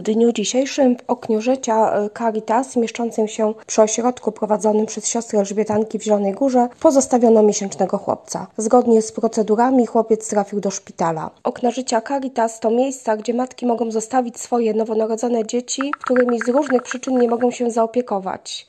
W dniu dzisiejszym w oknie życia Caritas, mieszczącym się przy ośrodku prowadzonym przez siostry Elżbietanki w Zielonej Górze, pozostawiono miesięcznego chłopca. Zgodnie z procedurami chłopiec trafił do szpitala. Okna życia Caritas to miejsca, gdzie matki mogą zostawić swoje nowonarodzone dzieci, którymi z różnych przyczyn nie mogą się zaopiekować.